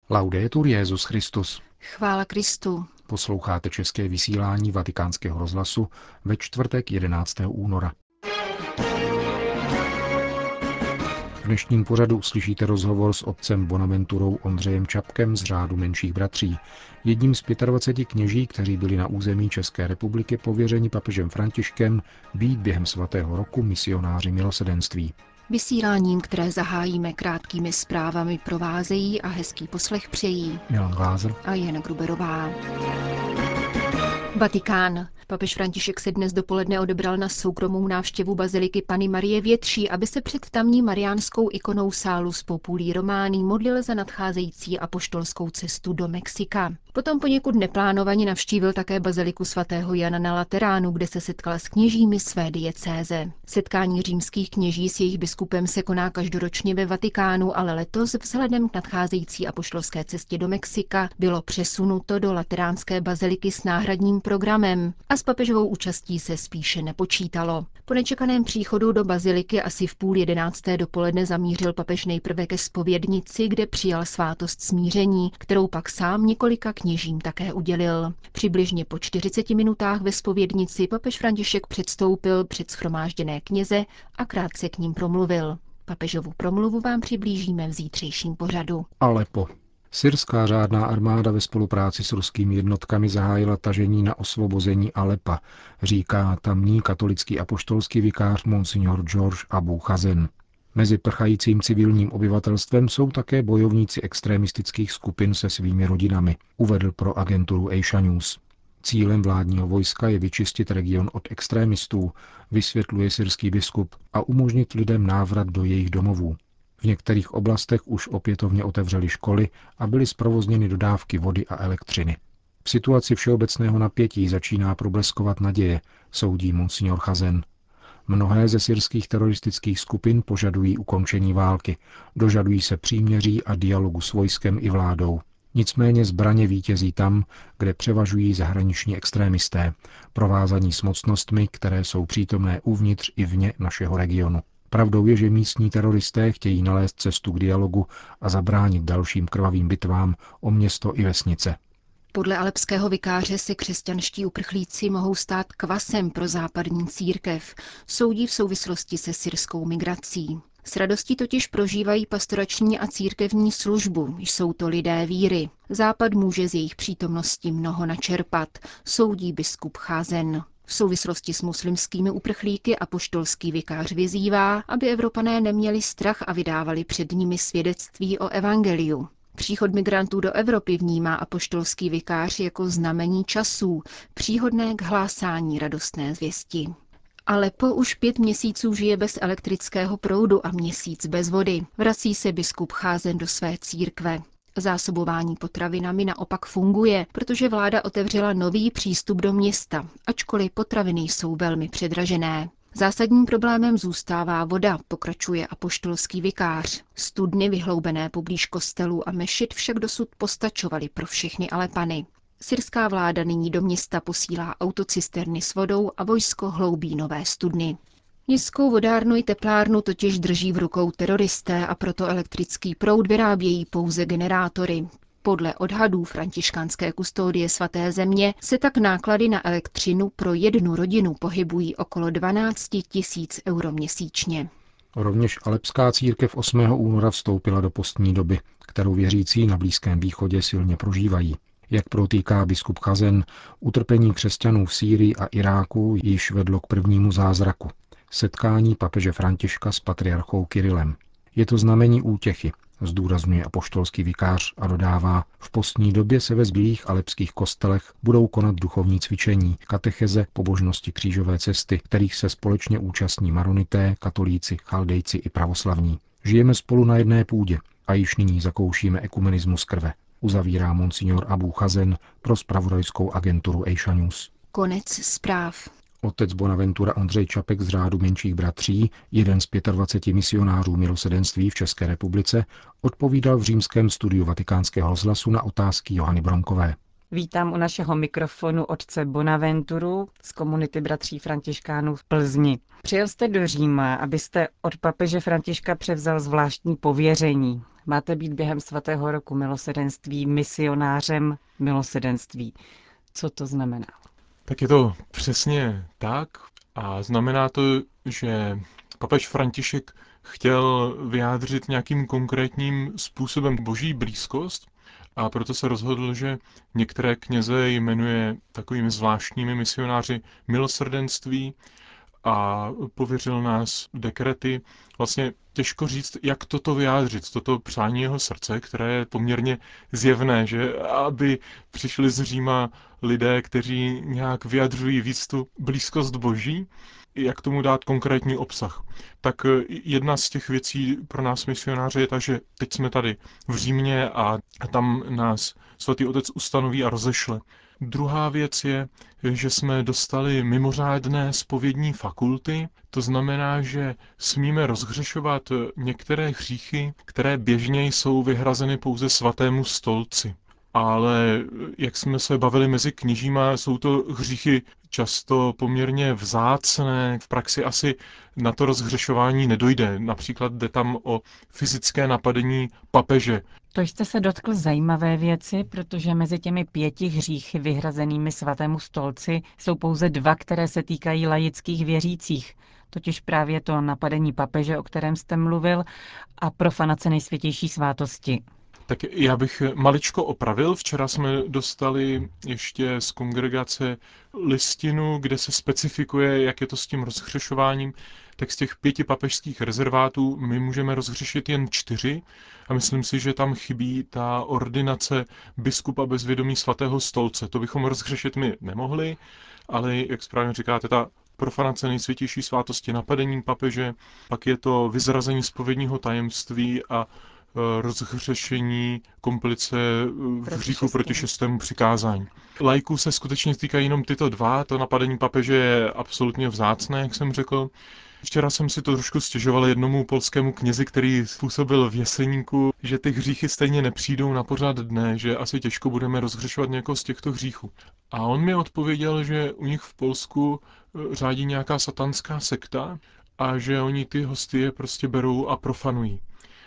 Laudetur Jesus Christus. Chvála Kristu. Posloucháte české vysílání Vatikánského rozhlasu ve čtvrtek 11. února. V dnešním pořadu uslyšíte rozhovor s otcem Bonaventurou Ondřejem Čapkem z řádu menších bratří, jedním z 25 kněží, kteří byli na území České republiky pověřeni papežem Františkem být během svatého roku misionáři milosrdenství. Vysíláním, které zahájíme krátkými zprávami, provázejí a hezký poslech přejí Milan Glázer a Jana Gruberová. Vatikán. Papež František se dnes dopoledne odebral na soukromou návštěvu baziliky Panny Marie Větší, aby se před tamní mariánskou ikonou Salus Populi Romani modlil za nadcházející apoštolskou cestu do Mexika. Potom poněkud neplánovaně navštívil také baziliku svatého Jana na Lateránu, kde se setkal s kněžími své diecéze. Setkání římských kněží s jejich biskupem se koná každoročně ve Vatikánu, ale letos vzhledem k nadcházející apoštolské cestě do Mexika bylo přesunuto do lateránské baziliky s náhradním programem a s papežovou účastí se spíše nepočítalo. Po nečekaném příchodu do baziliky asi v 10:30 dopoledne zamířil papež nejprve ke zpovědnici, kde přijal svátost smíření, kterou pak sám několika kněžím také udělil. Přibližně po 40 minutách ve zpovědnici papež František předstoupil před shromážděné kněze a krátce k ním promluvil. Papežovu promluvu vám přiblížíme v zítřejším pořadu. Alepo. Syrská řádná armáda ve spolupráci s ruskými jednotkami zahájila tažení na osvobození Alepa, říká tamní katolický apoštolský vikář monsignor George Abu Chazen. Mezi prchajícím civilním obyvatelstvem jsou také bojovníci extremistických skupin se svými rodinami, uvedl pro agenturu Asia News. Cílem vládního vojska je vyčistit region od extremistů, vysvětluje syrský biskup, a umožnit lidem návrat do jejich domovů. V některých oblastech už opětovně otevřely školy a byly zprovozněny dodávky vody a elektřiny. V situaci všeobecného napětí začíná probleskovat naděje, soudí monsignor Chazen. Mnohé ze syrských teroristických skupin požadují ukončení války, dožadují se příměří a dialogu s vojskem i vládou. Nicméně zbraně vítězí tam, kde převažují zahraniční extrémisté, provázaní s mocnostmi, které jsou přítomné uvnitř i vně našeho regionu. Pravdou je, že místní teroristé chtějí nalézt cestu k dialogu a zabránit dalším krvavým bitvám o město i vesnice. Podle alepského vikáře se křesťanští uprchlíci mohou stát kvasem pro západní církev, soudí v souvislosti se syrskou migrací. S radostí totiž prožívají pastorační a církevní službu, jsou to lidé víry. Západ může z jejich přítomnosti mnoho načerpat, soudí biskup Chazen. V souvislosti s muslimskými uprchlíky apoštolský vikář vyzývá, aby Evropané neměli strach a vydávali před nimi svědectví o evangeliu. Příchod migrantů do Evropy vnímá apoštolský vikář jako znamení časů, příhodné k hlásání radostné zvěsti. Alepo už 5 měsíců žije bez elektrického proudu a měsíc bez vody. Vrací se biskup Chazen do své církve. Zásobování potravinami naopak funguje, protože vláda otevřela nový přístup do města, ačkoliv potraviny jsou velmi předražené. Zásadním problémem zůstává voda, pokračuje apoštolský vikář. Studny vyhloubené poblíž kostelů a mešit však dosud postačovaly pro všechny Alepany. Syrská vláda nyní do města posílá autocisterny s vodou a vojsko hloubí nové studny. Městskou vodárnu i teplárnu totiž drží v rukou teroristé a proto elektrický proud vyrábějí pouze generátory. Podle odhadů františkánské kustodie Svaté země se tak náklady na elektřinu pro jednu rodinu pohybují okolo 12 000 euro měsíčně. Rovněž alepská církev 8. února vstoupila do postní doby, kterou věřící na Blízkém východě silně prožívají. Jak protýká biskup Chazen, utrpení křesťanů v Sýrii a Iráku již vedlo k prvnímu zázraku – setkání papeže Františka s patriarchou Kirilem. Je to znamení útěchy, zdůrazňuje apoštolský vikář a dodává, v postní době se ve zbylých alepských kostelech budou konat duchovní cvičení, katecheze, pobožnosti křížové cesty, kterých se společně účastní maronité, katolíci, chaldejci i pravoslavní. Žijeme spolu na jedné půdě a již nyní zakoušíme ekumenismus krve, uzavírá monsignor Abu Chazen pro zpravodajskou agenturu Asia News. Konec zpráv. Otec Bonaventura Ondřej Čapek z řádu menších bratří, jeden z 25 misionářů milosrdenství v České republice, odpovídal v římském studiu Vatikánského rozhlasu na otázky Johany Bronkové. Vítám u našeho mikrofonu otce Bonaventuru z komunity bratří Františkánů v Plzni. Přijel jste do Říma, abyste od papeže Františka převzal zvláštní pověření. Máte být během svatého roku milosedenství misionářem milosedenství. Co to znamená? Tak je to přesně tak a znamená to, že papež František chtěl vyjádřit nějakým konkrétním způsobem boží blízkost a proto se rozhodl, že některé kněze jmenuje takovými zvláštními misionáři milosrdenství a pověřil nás dekrety. Vlastně těžko říct, jak toto vyjádřit, toto přání jeho srdce, které je poměrně zjevné, že aby přišli z Říma lidé, kteří nějak vyjadřují víc tu blízkost Boží, jak tomu dát konkrétní obsah. Tak jedna z těch věcí pro nás misionáře je ta, že teď jsme tady v Římě a tam nás svatý otec ustanoví a rozešle. Druhá věc je, že jsme dostali mimořádné zpovědní fakulty, to znamená, že smíme rozhřešovat některé hříchy, které běžně jsou vyhrazeny pouze svatému stolci. Ale jak jsme se bavili mezi kněžíma, jsou to hříchy často poměrně vzácné, v praxi asi na to rozhřešování nedojde. Například jde tam o fyzické napadení papeže. To jste se dotkl zajímavé věci, protože mezi těmi 5 hříchy vyhrazenými svatému stolci jsou pouze 2, které se týkají laických věřících. Totiž právě to napadení papeže, o kterém jste mluvil, a profanace nejsvětější svátosti. Tak já bych maličko opravil. Včera jsme dostali ještě z kongregace listinu, kde se specifikuje, jak je to s tím rozhřešováním. Tak z těch 5 papežských rezervátů my můžeme rozhřešit jen 4 a myslím si, že tam chybí ta ordinace biskupa bez vědomí svatého stolce. To bychom rozhřešit my nemohli, ale jak správně říkáte, ta profanace nejsvětější svátosti napadením papeže, pak je to vyzrazení zpovědního tajemství a rozhřešení komplice v hříchu proti 6. přikázání. Laiků se skutečně týkají jenom tyto 2, to napadení papeže je absolutně vzácné, jak jsem řekl. Včera jsem si to trošku stěžoval jednomu polskému knězi, který způsobil v Jeseníku, že ty hříchy stejně nepřijdou na pořad dne, že asi těžko budeme rozhřešovat nějakou z těchto hříchů. A on mi odpověděl, že u nich v Polsku řádí nějaká satanská sekta a že oni ty hostie prostě berou a profanují.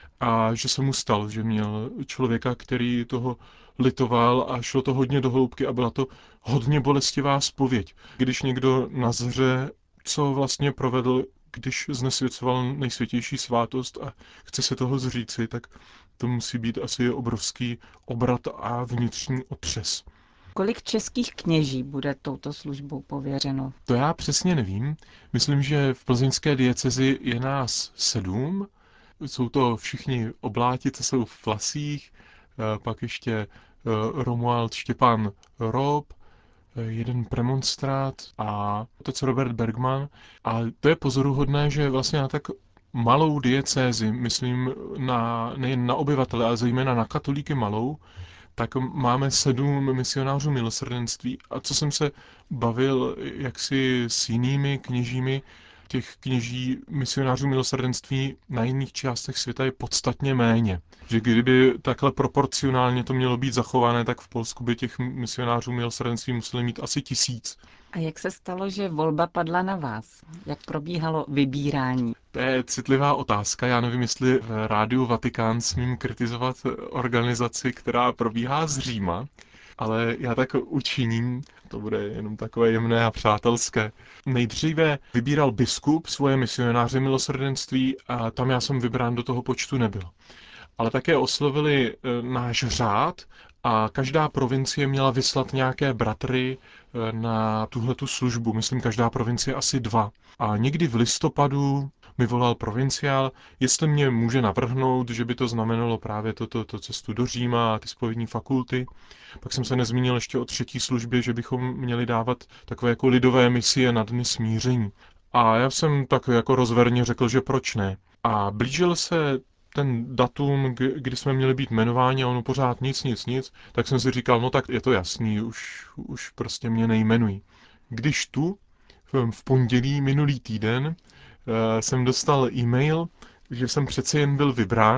A že se mu stal, že měl člověka, který toho litoval a šlo to hodně do hloubky a byla to hodně bolestivá zpověď. Když někdo nazře, co vlastně provedl, když znesvěcoval nejsvětější svátost a chce se toho zříci, tak to musí být asi obrovský obrat a vnitřní otřes. Kolik českých kněží bude touto službou pověřeno? To já přesně nevím. Myslím, že v plzeňské diecezi je nás 7. Jsou to všichni obláti, co jsou v flasích, pak ještě Romuald Štěpán Rob, jeden premonstrát a otec Robert Bergman. A to je pozoruhodné, že vlastně na tak malou diecézi, myslím nejen na obyvatele, ale zejména na katolíky malou, tak máme 7 misionářů milosrdenství. A co jsem se bavil jaksi s jinými kněžími, těch kněží misionářů milosrdenství na jiných částech světa je podstatně méně. Že kdyby takhle proporcionálně to mělo být zachované, tak v Polsku by těch misionářů milosrdenství museli mít asi 1000. A jak se stalo, že volba padla na vás? Jak probíhalo vybírání? To je citlivá otázka. Já nevím, jestli v Rádiu Vatikán smím kritizovat organizaci, která probíhá z Říma, ale já tak učiním, to bude jenom takové jemné a přátelské. Nejdříve vybíral biskup svoje misionáře milosrdenství a tam já jsem vybrán do toho počtu nebyl. Ale také oslovili náš řád a každá provincie měla vyslat nějaké bratry na tuhletu službu. Myslím, každá provincie asi 2. A někdy v listopadu mi volal provinciál, jestli mě může navrhnout, že by to znamenalo právě to cestu do Říma a ty zpovědní fakulty. Pak jsem se nezmínil ještě o 3. službě, že bychom měli dávat takové jako lidové misie na dny smíření. A já jsem tak jako rozverně řekl, že proč ne. A blížil se ten datum, kdy jsme měli být jmenováni a ono pořád nic, tak jsem si říkal, no tak je to jasný, už prostě mě nejmenují. Když tu v pondělí minulý týden jsem dostal e-mail, že jsem přece jen byl vybrán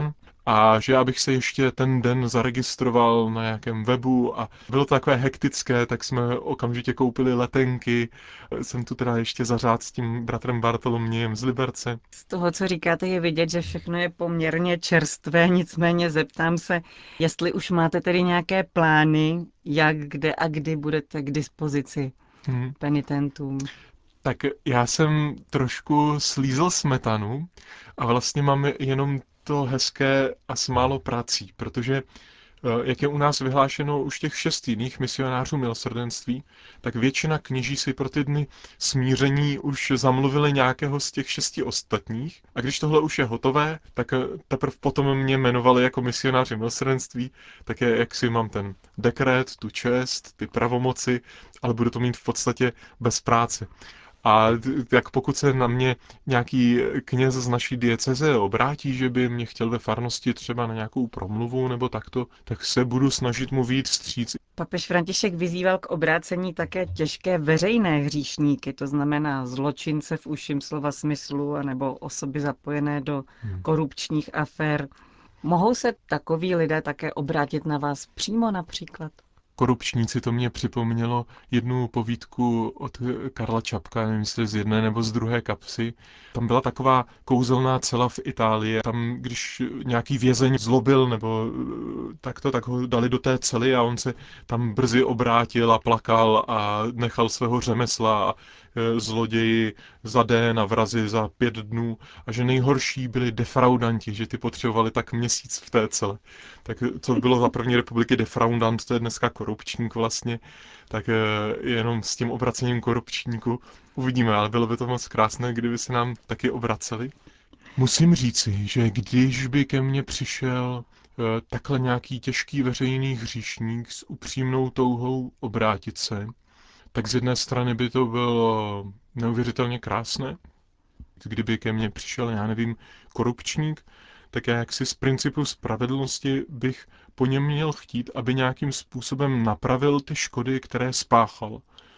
a že já bych se ještě ten den zaregistroval na nějakém webu a bylo to takové hektické, tak jsme okamžitě koupili letenky. Jsem tu teda ještě zařád s tím bratrem Bartolomějem z Liberce. Z toho, co říkáte, je vidět, že všechno je poměrně čerstvé, nicméně zeptám se, jestli už máte tedy nějaké plány, jak, kde a kdy budete k dispozici penitentům. Tak já jsem trošku slízl smetanu a vlastně mám jenom to hezké a s málo prací, protože jak je u nás vyhlášeno už těch 6 jiných misionářů milosrdenství, tak většina kněží si pro ty dny smíření už zamluvili nějakého z těch 6 ostatních. A když tohle už je hotové, tak teprve potom mě jmenovali jako misionáři milosrdenství, tak je, jak si mám ten dekret, tu čest, ty pravomoci, ale budu to mít v podstatě bez práce. A jak pokud se na mě nějaký kněz z naší dieceze obrátí, že by mě chtěl ve farnosti třeba na nějakou promluvu nebo takto, tak se budu snažit mu vyjít vstříc. Papež František vyzýval k obrácení také těžké veřejné hříšníky, to znamená zločince v užším slova smyslu, anebo osoby zapojené do korupčních afér. Mohou se takoví lidé také obrátit na vás přímo například? Korupčníci, to mě připomnělo jednu povídku od Karla Čapka, nevím, jestli z jedné nebo z druhé kapsy. Tam byla taková kouzelná cela v Itálii. Tam, když nějaký vězeň zlobil nebo takto, tak ho dali do té cely a on se tam brzy obrátil a plakal a nechal svého řemesla a zloději za den a vrazi za 5 dnů a že nejhorší byli defraudanti, že ty potřebovali tak měsíc v té cele. Tak co bylo za první republiky defraudant, to je dneska korupčník vlastně, tak jenom s tím obracením korupčníku uvidíme, ale bylo by to moc krásné, kdyby se nám taky obraceli. Musím říci, že když by ke mně přišel takhle nějaký těžký veřejný hříšník s upřímnou touhou obrátit se, tak z jedné strany by to bylo neuvěřitelně krásné, kdyby ke mně přišel, já nevím, korupčník, tak já jaksi z principu spravedlnosti bych po něm měl chtít, aby nějakým způsobem napravil ty škody, které spáchal.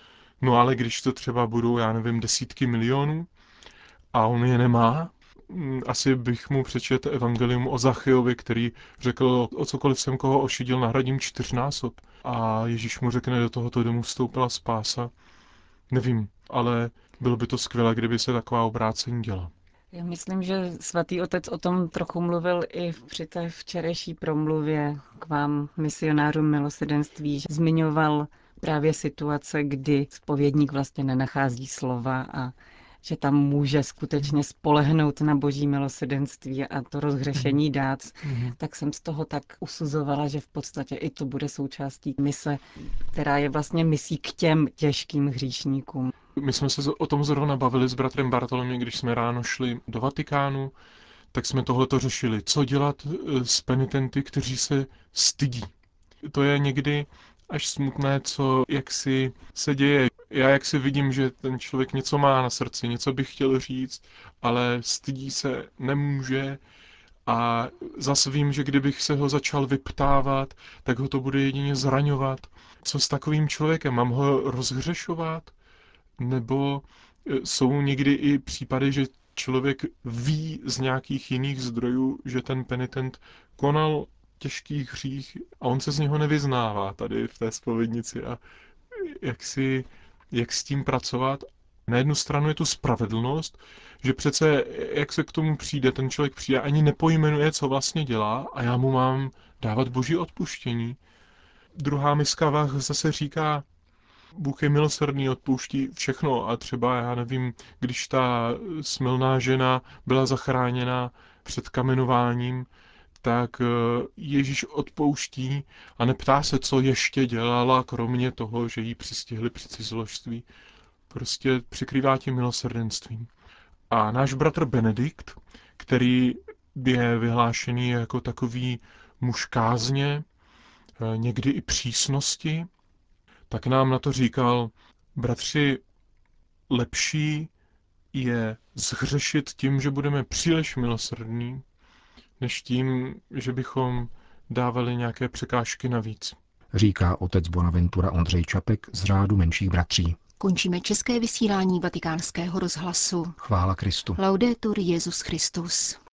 No ale když to třeba budou, já nevím, desítky milionů a on je nemá, asi bych mu přečetl evangelium o Zaccheovi, který řekl, o cokoliv jsem koho ošidil, nahradím 4násob. A Ježíš mu řekne, do tohoto domu vstoupila spása. Nevím, ale bylo by to skvělé, kdyby se taková obrácení děla. Já myslím, že svatý otec o tom trochu mluvil i při té včerejší promluvě k vám, misionářům milosrdenství, že zmiňoval právě situace, kdy zpovědník vlastně nenachází slova a že tam může skutečně spolehnout na boží milosrdenství a to rozhřešení dát, tak jsem z toho tak usuzovala, že v podstatě i to bude součástí mise, která je vlastně misí k těm těžkým hříšníkům. My jsme se o tom zrovna bavili s bratrem Bartolomějem, když jsme ráno šli do Vatikánu, tak jsme tohleto řešili. Co dělat s penitenty, kteří se stydí? To je někdy až smutné, co jaksi se děje. Já jaksi vidím, že ten člověk něco má na srdci, něco by chtěl říct, ale stydí se, nemůže. A zase vím, že kdybych se ho začal vyptávat, tak ho to bude jedině zraňovat. Co s takovým člověkem? Mám ho rozhřešovat? Nebo jsou někdy i případy, že člověk ví z nějakých jiných zdrojů, že ten penitent konal těžký hřích a on se z něho nevyznává tady v té zpovědnici a jak s tím pracovat. Na jednu stranu je tu spravedlnost, že přece jak se k tomu přijde, ten člověk přijde, ani nepojmenuje, co vlastně dělá a já mu mám dávat boží odpuštění. Druhá miska vah zase říká, Bůh je milosrdný, odpouští všechno a třeba, já nevím, když ta smilná žena byla zachráněna před kamenováním, tak Ježíš odpouští a neptá se, co ještě dělala, kromě toho, že jí přistihli při cizoložství. Prostě přikrývá tím milosrdenstvím. A náš bratr Benedikt, který je vyhlášený jako takový muž kázně, někdy i přísnosti, tak nám na to říkal, bratři, lepší je zhřešit tím, že budeme příliš milosrdní, než tím, že bychom dávali nějaké překážky navíc. Říká otec Bonaventura Ondřej Čapek z řádu menších bratří. Končíme české vysílání Vatikánského rozhlasu. Chvála Kristu. Laudetur Jesus Christus.